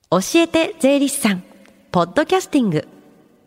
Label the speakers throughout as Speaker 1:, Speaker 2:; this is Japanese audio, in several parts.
Speaker 1: 教えて税理士さんポッドキャスティング。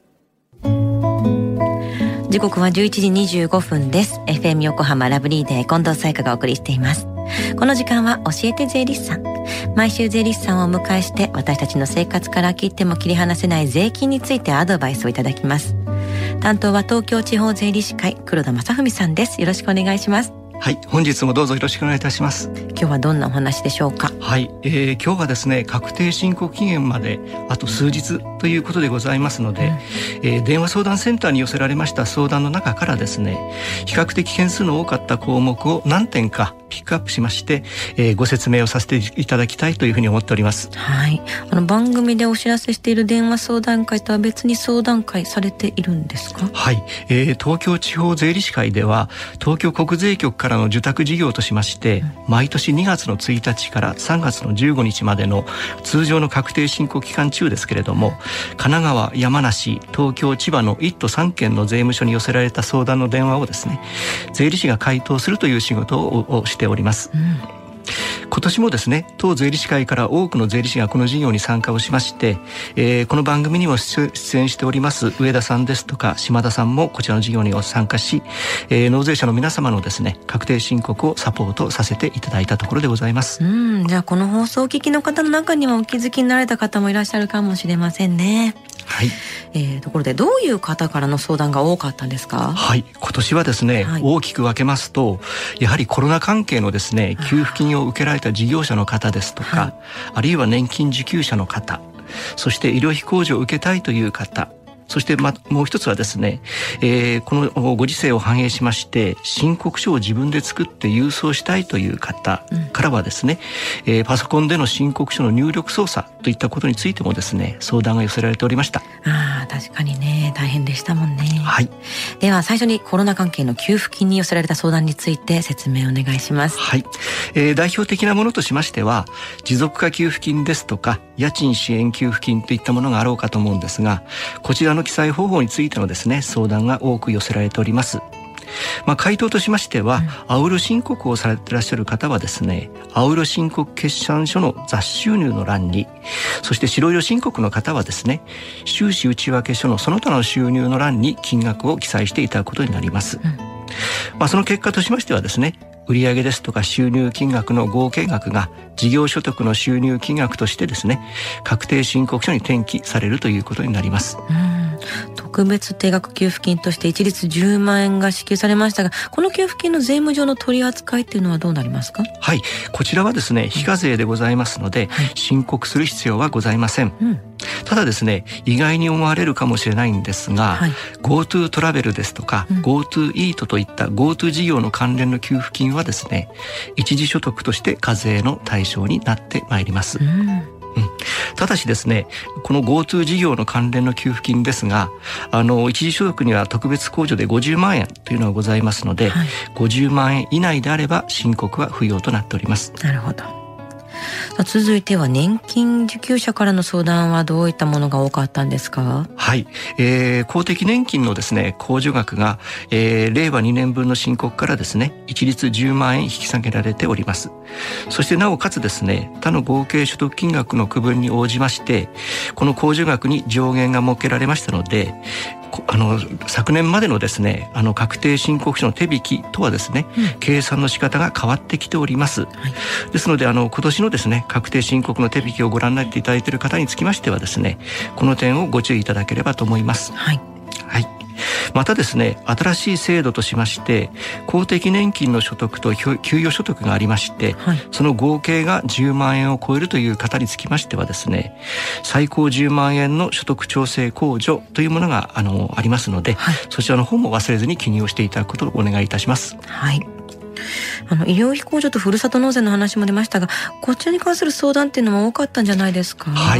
Speaker 1: 時刻は11時25分です。 FM 横浜ラブリーデー近藤紗友香がお送りしています。この時間は教えて税理士さん。毎週税理士さんをお迎えして私たちの生活から切っても切り離せない税金についてアドバイスをいただきます。担当は東京地方税理士会黒田正文さんです。よろしくお願いします。
Speaker 2: はい、本日もどうぞよろしくお願いいたします。
Speaker 1: 今日はどんなお話でしょうか。
Speaker 2: はい、今日はですね、確定申告期限まであと数日ということでございますので、電話相談センターに寄せられました相談の中からですね、比較的件数の多かった項目を何点かピックアップしまして、ご説明をさせていただきたいというふうに思っております。
Speaker 1: はい、番組でお知らせしている電話相談会とは別に相談会されているんですか。
Speaker 2: はい、東京地方税理士会では東京国税局からの受託事業としまして、毎年2月の1日から3月の15日までの通常の確定申告期間中ですけれども、神奈川、山梨、東京、千葉の1都3県の税務署に寄せられた相談の電話をですね、税理士が回答するという仕事をしております。今年もですね、当税理士会から多くの税理士がこの事業に参加をしまして、この番組にも出演しております上田さんですとか島田さんもこちらの事業に参加し、納税者の皆様のですね、確定申告をサポートさせていただいたところでございます。
Speaker 1: じゃあこの放送を聞きの方の中にはお気づきになられた方もいらっしゃるかもしれませんね。
Speaker 2: はい、
Speaker 1: ところでどういう方からの相談が多かったんですか。
Speaker 2: はい、今年はですね、大きく分けますと、やはりコロナ関係のですね、給付金を受けられた事業者の方ですとか、あるいは年金受給者の方、そして医療費控除を受けたいという方、そしてもう一つはですね、このご時世を反映しまして申告書を自分で作って郵送したいという方からはですね、パソコンでの申告書の入力操作といったことについてもですね、相談が寄せられておりました。
Speaker 1: 確かにね、大変でしたもんね。
Speaker 2: はい、
Speaker 1: では最初にコロナ関係の給付金に寄せられた相談について説明お願いします。
Speaker 2: はい、代表的なものとしましては持続化給付金ですとか家賃支援給付金といったものがあろうかと思うんですが、こちらの記載方法についてのですね、相談が多く寄せられております。回答としましては、青色申告をされていらっしゃる方はですね、青色申告決算書の雑収入の欄に、そして白色申告の方はですね、収支内訳書のその他の収入の欄に金額を記載していただくことになります。その結果としましてはですね、売上ですとか収入金額の合計額が事業所得の収入金額としてですね、確定申告書に転記されるということになります。
Speaker 1: 特別定額給付金として一律10万円が支給されましたが、この給付金の税務上の取り扱いっていうのはどうなりますか。
Speaker 2: はい、こちらはですね、非課税でございますので、申告する必要はございません。ただですね、意外に思われるかもしれないんですが、GoTo トラベルですとか、GoTo イートといった GoTo 事業の関連の給付金はですね、一時所得として課税の対象になってまいります。ただしですね、この GoTo 事業の関連の給付金ですが、一時所得には特別控除で50万円というのがございますので、50万円以内であれば申告は不要となっております。
Speaker 1: なるほど。続いては年金受給者からの相談はどういったものが多かったんですか。
Speaker 2: はい、公的年金のですね、控除額が、令和2年分の申告からですね、一律10万円引き下げられております。そしてなおかつですね、他の合計所得金額の区分に応じましてこの控除額に上限が設けられましたので、昨年までのですね、確定申告書の手引きとはですね、計算の仕方が変わってきております。ですので今年のですね、確定申告の手引きをご覧になっていただいている方につきましてはですね、この点をご注意いただければと思います。はい。またですね、新しい制度としまして公的年金の所得と給与所得がありまして、その合計が10万円を超えるという方につきましてはですね、最高10万円の所得調整控除というものがありますので、そちらの方も忘れずに記入をしていただくことをお願いいたします。
Speaker 1: はい。医療費控除とふるさと納税の話も出ましたが、こちらに関する相談っていうのも多かったんじゃないですか。
Speaker 2: はい、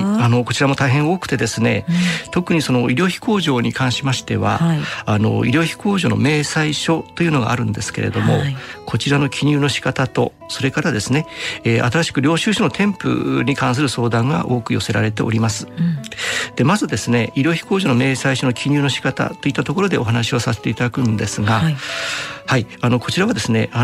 Speaker 2: こちらも大変多くてですね、特にその医療費控除に関しましては、医療費控除の明細書というのがあるんですけれども、こちらの記入の仕方と、それからですね、新しく領収書の添付に関する相談が多く寄せられております。でまずですね、医療費控除の明細書の記入の仕方といったところでお話をさせていただくんですが、こちらはですね、憲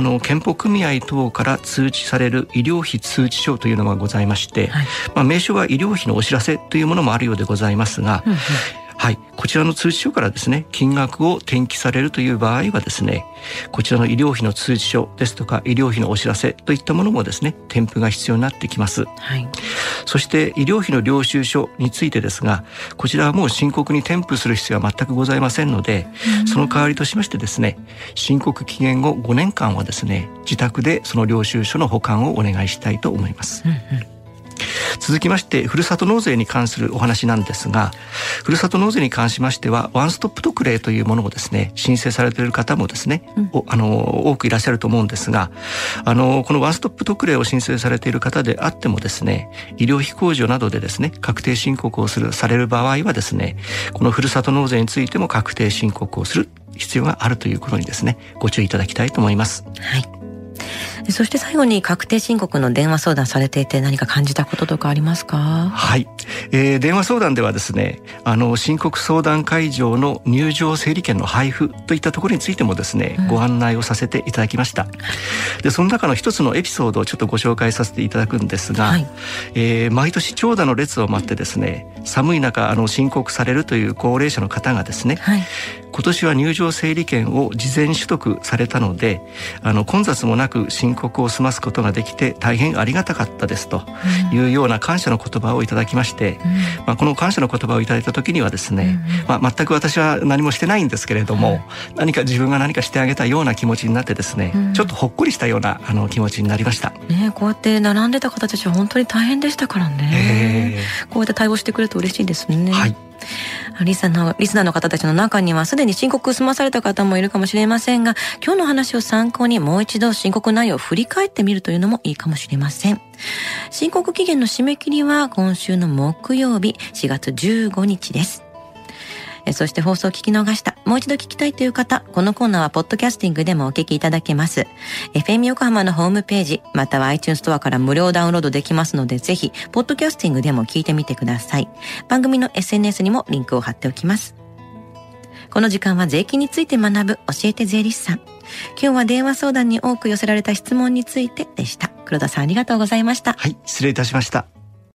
Speaker 2: 保組合等から通知される医療費通知書というのがございまして、名称は医療費のお知らせというものもあるようでございますが、はい、こちらの通知書からですね、金額を転記されるという場合はですね、こちらの医療費の通知書ですとか医療費のお知らせといったものもですね、添付が必要になってきます。そして医療費の領収書についてですが、こちらはもう申告に添付する必要は全くございませんので、その代わりとしましてですね、申告期限後5年間はですね、自宅でその領収書の保管をお願いしたいと思います。続きましてふるさと納税に関するお話なんですが、ふるさと納税に関しましてはワンストップ特例というものをですね、申請されている方もですね、多くいらっしゃると思うんですが、このワンストップ特例を申請されている方であってもですね、医療費控除などでですね、確定申告をされる場合はですね、このふるさと納税についても確定申告をする必要があるということにですね、ご注意いただきたいと思います。
Speaker 1: そして最後に確定申告の電話相談されていて何か感じたこととかありますか？
Speaker 2: はい、電話相談ではですね、申告相談会場の入場整理券の配布といったところについてもですね、ご案内をさせていただきました。でその中の一つのエピソードをちょっとご紹介させていただくんですが、毎年長蛇の列を待ってですね、寒い中申告されるという高齢者の方がですね、今年は入場整理券を事前取得されたので、混雑もなく申告を済ますことができて大変ありがたかったですというような感謝の言葉をいただきまして、この感謝の言葉をいただいた時にはですね、全く私は何もしてないんですけれども、自分が何かしてあげたような気持ちになってですね、ちょっとほっこりしたような気持ちになりました。
Speaker 1: こうやって並んでた方たちは本当に大変でしたからね。こうやって対応してくれると嬉しいですね。リスナーの方たちの中にはすでに申告を済まされた方もいるかもしれませんが、今日の話を参考にもう一度申告内容を振り返ってみるというのもいいかもしれません。申告期限の締め切りは今週の木曜日4月15日です。そして放送を聞き逃した、もう一度聞きたいという方、このコーナーはポッドキャスティングでもお聞きいただけます。FM 横浜のホームページ、または iTunes ストアから無料ダウンロードできますので、ぜひ、ポッドキャスティングでも聞いてみてください。番組の SNS にもリンクを貼っておきます。この時間は税金について学ぶ教えて税理士さん。今日は電話相談に多く寄せられた質問についてでした。黒田さんありがとうございました。
Speaker 2: はい、失礼いたしました。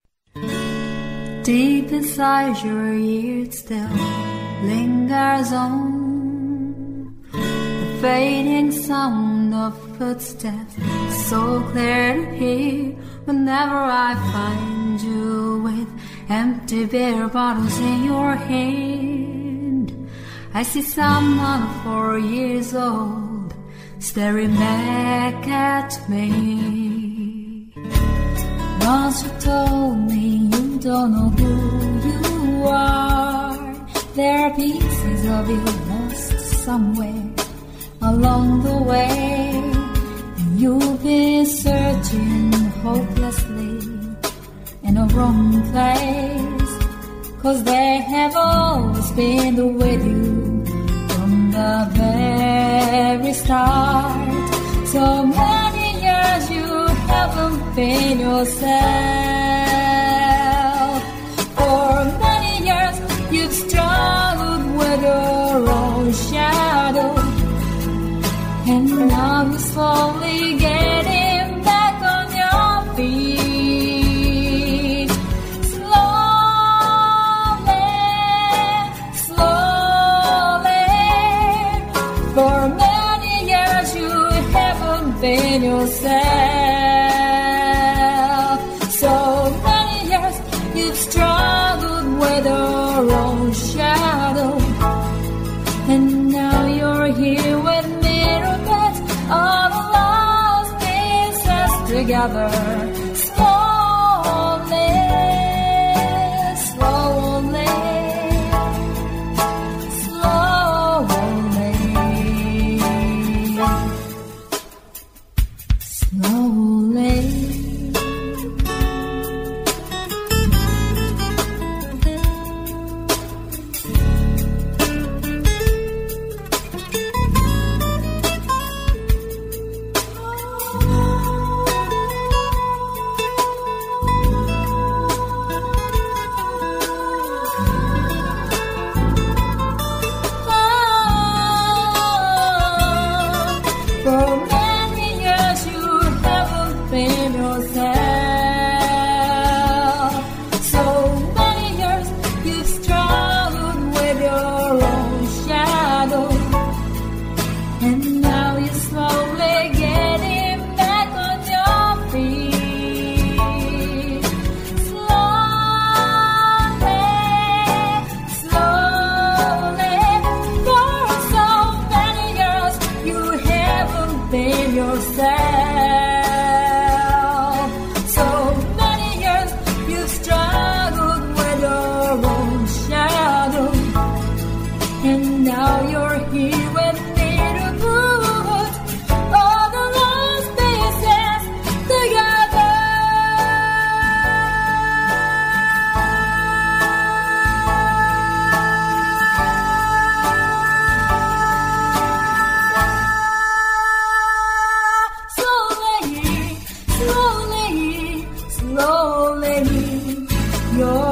Speaker 3: Deep inside your ears still lingers on the fading sound of footsteps, so clear to hear whenever I find you with empty beer bottles in your hand. I see someone 4 years old staring back at me. Once you told me you don't know who you are, there are pieces of you lost somewhere along the way, and you've been searching hopelessly in a wrong place, 'cause they have always been with you from the very start. So many years you haven't been yourself. For many years you've struggled with your own shadow, and now you're slowly getting back on your feet. Slowly, slowly. For many years you haven't been yourself. So many years you've struggled with your own shadow, and now you're here with me to put all the lost pieces together. Slowly, slowly, slowly, slowly.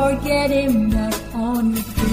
Speaker 3: you're getting back on your feet.